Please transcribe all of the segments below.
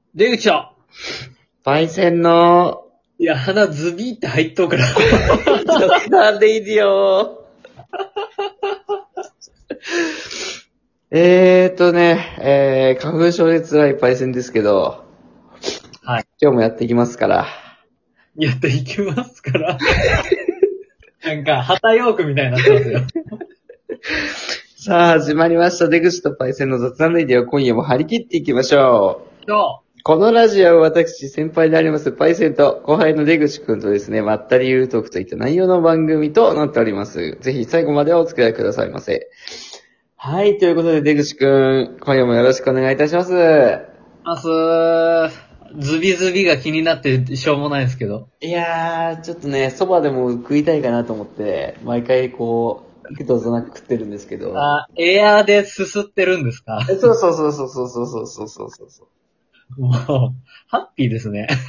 出口はパイセンの、 いや、鼻ズビーって入っとうから。 なんでいいでよ花粉症で辛いパイセンですけど、 はい。 今日もやっていきますから。 やっていきますから。なんか、旗ヨークみたいになってますよ。 さあ、始まりました。出口とパイセンの雑談レディオ、今夜も張り切っていきましょう。 そこのラジオは私、先輩でありますパイセンと後輩の出口くんとですね、まったりゆるトークといった内容の番組となっております。ぜひ最後までお付き合いくださいませ。はい、ということで出口くん、今夜もよろしくお願いいたします。 ズビズビが気になってしょうもないですけど。 いやー、ちょっとね、蕎麦でも食いたいかなと思って、毎回こう、幾度となく食ってるんですけど。 エアーですすってるんですか？ そうそうそうそうそうそうそうそうそうそう。 もう、ハッピーですね。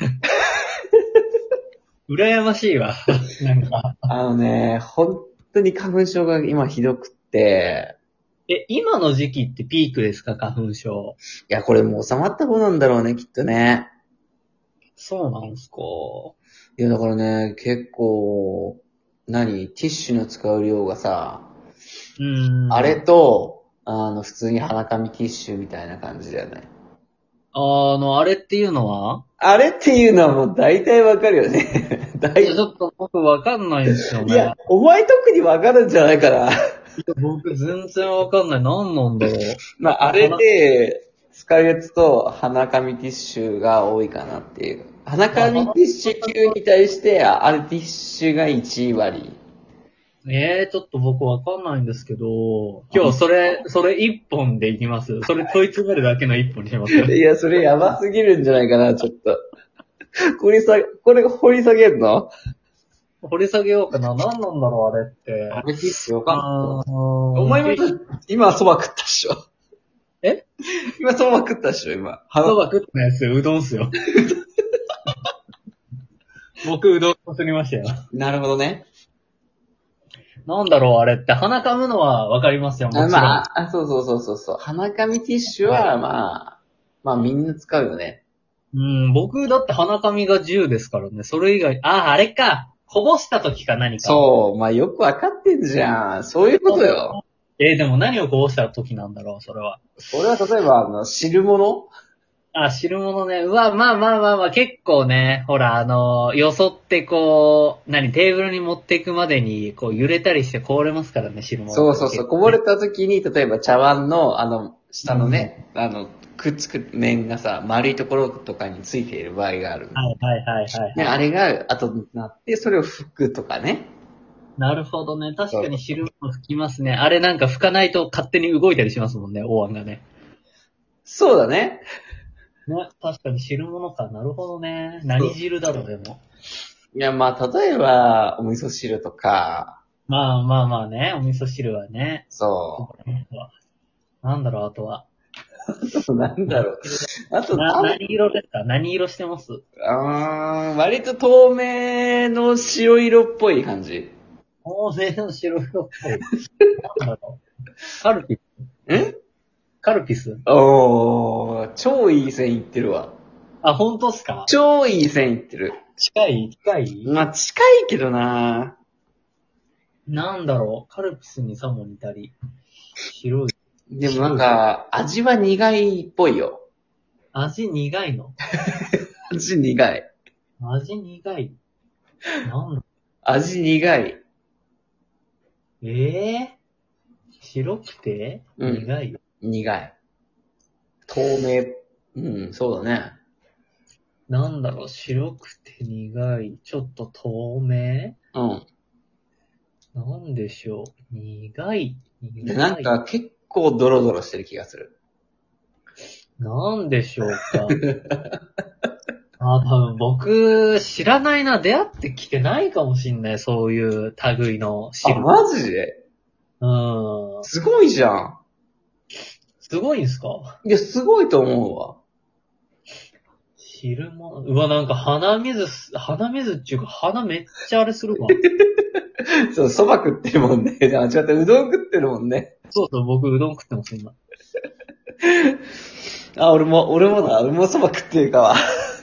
羨ましいわ。なんか。 本当に花粉症が今ひどくって、 今の時期ってピークですか、花粉症。 いや、これもう収まった方なんだろうね、きっとね。 そうなんですか。 いや、だからね、結構、ティッシュの使う量がさ、あれと、普通に鼻紙ティッシュみたいな感じだよね。 あれっていうのはあれっていうのはもう大体わかるよね。 いや、ちょっと僕わかんないんですよね。 いや、お前特にわかるんじゃないかな。 僕全然わかんない。何なんだろう。 まあ、あれで、使うやつと鼻紙ティッシュが多いかなっていう。鼻紙ティッシュ級に対して、あれティッシュが1割。 ちょっと僕わかんないんですけど、今日それ一本でいきます。それ問い詰めるだけの一本にします。 いや、それやばすぎるんじゃないかな、ちょっと。これ掘り下げるの？ 掘り下げようかな。何なんだろう、あれって。 あれティッシュよかった。 おお前も今蕎麦食ったっしょ。 え今蕎麦食ったっしょ、今。 そば食ったやつ、うどんっすよ。僕、うどんこすりましたよ。 なるほどね。 なんだろう、あれって。鼻かむのはわかりますよ、もちろん。 そうそうそうそうそう。鼻紙ティッシュは、まあみんな使うよね。 僕だって鼻かみが10ですからね。それ以外、あれか。こぼした時か何か。 そう、まあよくわかってんじゃん。そういうことよ。 でも何をこぼした時なんだろう、それは。 それは例えば、汁物？ 汁物ね。まあ、結構ね、ほら、よそってこう、テーブルに持っていくまでに、こう、揺れたりしてこぼれますからね、汁物。 そうそうそう。こぼれた時に、例えば茶碗の、下のね、くっつく面がさ、丸いところとかについている場合がある。 はい。 ね、あれが後になって、それを拭くとかね。 なるほどね。確かに汁物拭きますね。あれなんか拭かないと勝手に動いたりしますもんね、お椀がね。 そうだね。 ね、確かに汁物か。なるほどね。何汁だろう、でも。 いや、まあ、例えば、お味噌汁とか、 まあね。お味噌汁はね。 そなんだろう、あとは。 う。なんだろう。あと、 何色ですか？何色してます？ 割と透明の白色っぽい感じ。 透明の白色っぽい。なんだろう。カルピス？カルピス？ 超いい線いってるわ。 本当っすか？ 超いい線いってる。 近いまあ、近いけどな。 なんだろう。カルピスにさも似たり。白い。 でもなんか、味は苦いっぽいよ。 味苦いの？ 味苦い。 味苦い。なんだ味苦い。 白くて苦い。 苦い。透明。そうだね。 なんだろう、白くて苦い。ちょっと透明？なんでしょう。苦い。 なんか結構ドロドロしてる気がする。 なんでしょうか。多分僕、知らないな。出会ってきてないかもしんない。そういう類の汁。 マジで？すごいじゃん。 すごいんすか？ いや、すごいと思うわ。 汁物。なんか鼻水っていうか鼻めっちゃあれするわ。 そう、蕎麦食ってるもんね。違った、うどん食ってるもんね。 そう、僕うどん食ってます、今。 あ、俺もそば食ってるかは。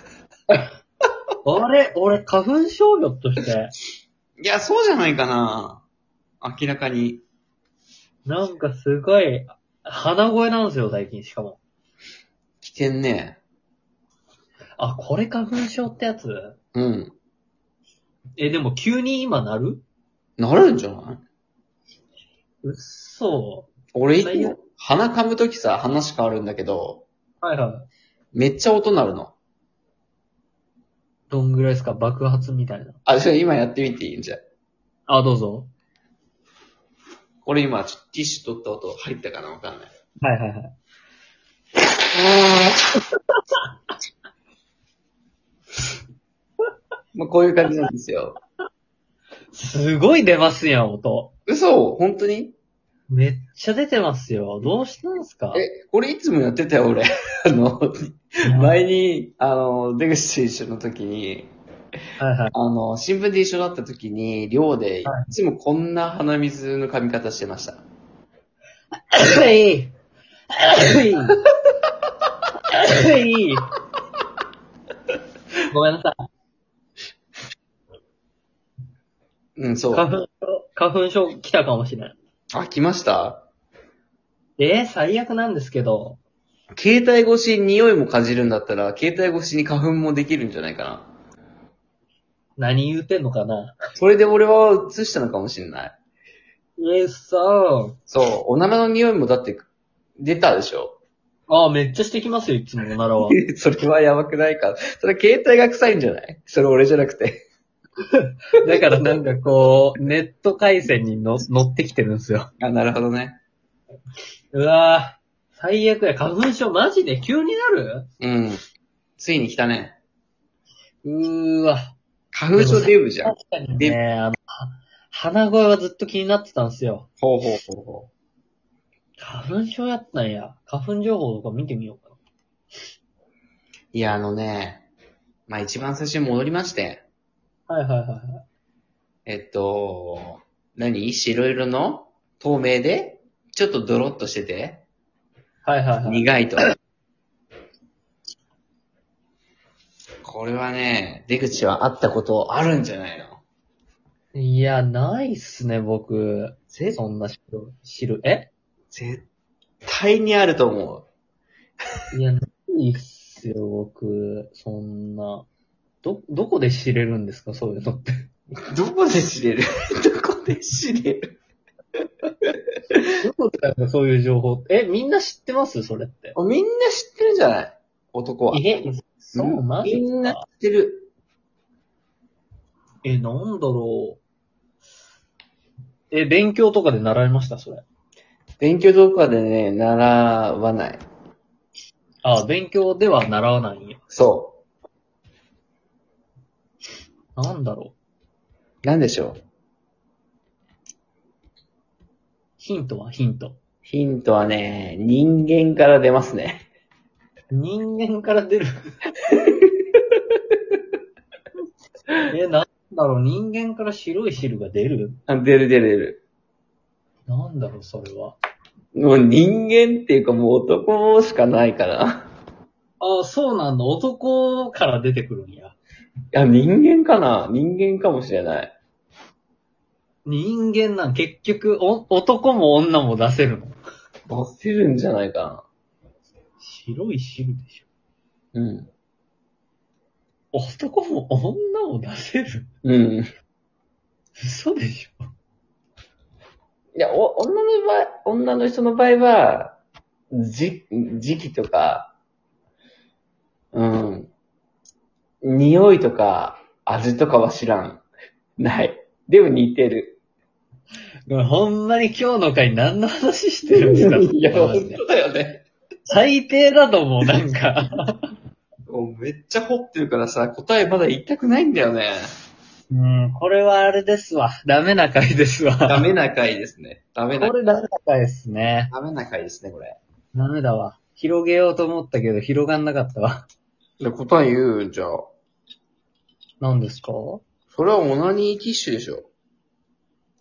俺、花粉症ひょっとして。 いや、そうじゃないかな。明らかに。 なんかすごい、鼻声なんですよ、最近、しかも。 来てんね。 あ、これ花粉症ってやつ？ うん。 でも急に今なる？ なるんじゃないうっそ。 俺いつも鼻噛むときさ、話変わるんだけど、 はいはい。 めっちゃ音鳴るの。 どんぐらいですか？爆発みたいな。 あ、じゃあ今やってみていいんじゃん。 あ、どうぞ。 俺今、ちょっとティッシュ取った音入ったかなわかんない。 はいはいはい。 まあ、こういう感じなんですよ。 すごい出ますやん、音。 嘘本当にめっちゃ出てますよ。どうしたんすか？ これいつもやってたよ、俺。前に、出口と一緒の時に、 はいはい。 新聞で一緒だった時に、寮で、いはいつもこんな鼻水の噛み方してました。 はい。ごめんなさい。 うん、そう。 花粉症来たかもしれない。 あ、来ました？ 最悪なんですけど。 携帯越しに匂いもかじるんだったら、携帯越しに花粉もできるんじゃないかな。 何言うてんのかな？ それで俺は映したのかもしれない。 そう。 おならの匂いもだって出たでしょ。 ああ、めっちゃしてきますよ、いつもおならは。 それはやばくないか。それ携帯が臭いんじゃない？それ俺じゃなくて。 だからなんかこう、ネット回線に乗ってきてるんですよ。 あ、なるほどね。 うわぁ、最悪や。花粉症マジで急になる？ うん。ついに来たね。 うーわ。 花粉症デブじゃん。 確かにね、鼻声はずっと気になってたんですよ。 ほうほうほうほ花粉症やったんや。花粉情報とか見てみようかな。 いや、まあ、一番最初に戻りまして。 はいはいはいはい。 白色の透明で、ちょっとドロッとしてて、 はいはいはい。 苦いと。これはね、出口はあったことあるんじゃないの？ いや、ないっすね、僕。そんな知る。 絶対にあると思いや、ないっすよ、僕。そんな。どこで知れるんですか、そういうのって。 う。どこで知れるどこで知れるどこでなんかそういう情報。みんな知ってますそれって。 みんな知ってるんじゃない？男は。 そう、マジみんな知か。 ってる。 なんだろう。勉強とかで習いましたそれ。 勉強とかでね、習わない。 あ、勉強では習わないんや。 そなんだろう。 う。なんでしょう。 ヒントはヒント。 ヒントはね、人間から出ますね。 人間から出る。なんだろう。人間から白い汁が出る？ 出る。 なんだろう、それは。 もう人間っていうかもう男しかないから。 あ、そうなんだ。男から出てくるんや。 いや、人間かな？人間かもしれない。 人間なん、結局、男も女も出せるの？ 出せるんじゃないかな。 白い汁でしょ。 うん。 男も女も出せる？ うん。 嘘でしょ。 いや、女の人の場合は、時期とか、うん。匂いとか、味とかは知らん。ない。でも似てる。 ほんまに今日の回何の話してるんですか？ いや、本当だよね。 最低だと思う、なんか。 もうめっちゃ掘ってるからさ、答えまだ言いたくないんだよね。 これはあれですわ。ダメな回ですわ。 ダメな回ですね。 これダメな回ですね。 ダメな回ですね、これ。 ダメだわ。広げようと思ったけど広がんなかったわ。 で、答え言うじゃあ。 何ですか？ それはオナニーティッシュでしょ。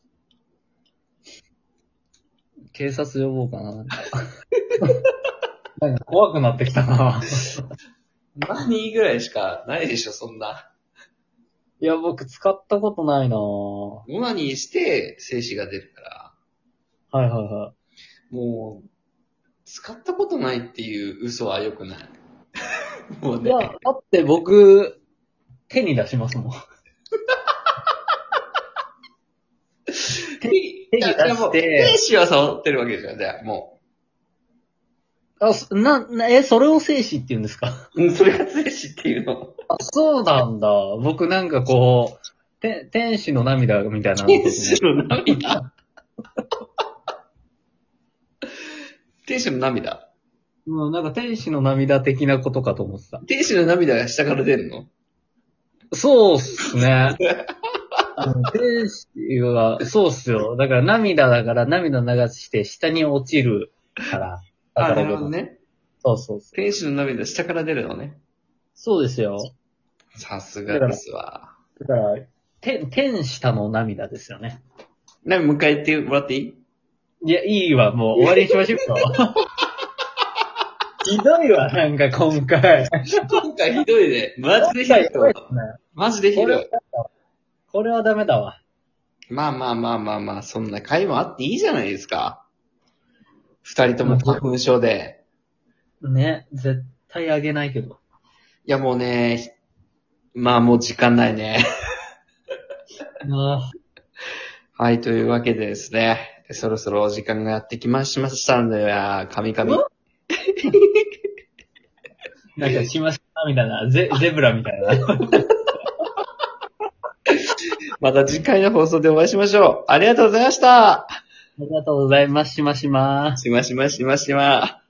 警察呼ぼうかな。 なんか怖くなってきたな。 何ぐらいしかないでしょ、そんな。 いや、僕使ったことないなぁ。 オナニーして精子が出るから、 はいはいはもう、使ったことないっていう嘘は良くない。もうい。いね。 や、だって僕、手に出しますもん。手に出いやもうして精子は触ってるわけじゃん、じゃあ、もあ、それを精子って言うんですか？ う。それが精子っていうの。 あ、そうなんだ。僕なんかこう、天使の涙みたいなの天使の涙。天使の涙。 うん、なんか天使の涙的なことかと思ってた。 天使の涙が下から出るの？ そうっすね。天使は、そうっすよ。だから涙だから涙流して下に落ちるから。 あ、なだからるほどね。 そうそうそう。 天使の涙下から出るのね。 そうですよ。 さすがですわ。 だから、天下の涙ですよね。 もう一回言ってもらっていい？ いや、いいわ、もう終わりにしましょうか。ひどいわ、なんか今回。 今回ひどいね。マジでひどい。 ひどいっすね。 マジでひどい。 これはダメだわ。 まあ、そんな会もあっていいじゃないですか。二人とも花粉症で。 ね、絶対あげないけど。 いやもうね、まあもう時間ないね。 あはい、というわけでですね、そろそろお時間がやってきましたので、神々。 なんかしましたみたいな、ゼブラみたいな。 また次回の放送でお会いしましょう。ありがとうございました。 ありがとうございます。しましま。 しましま。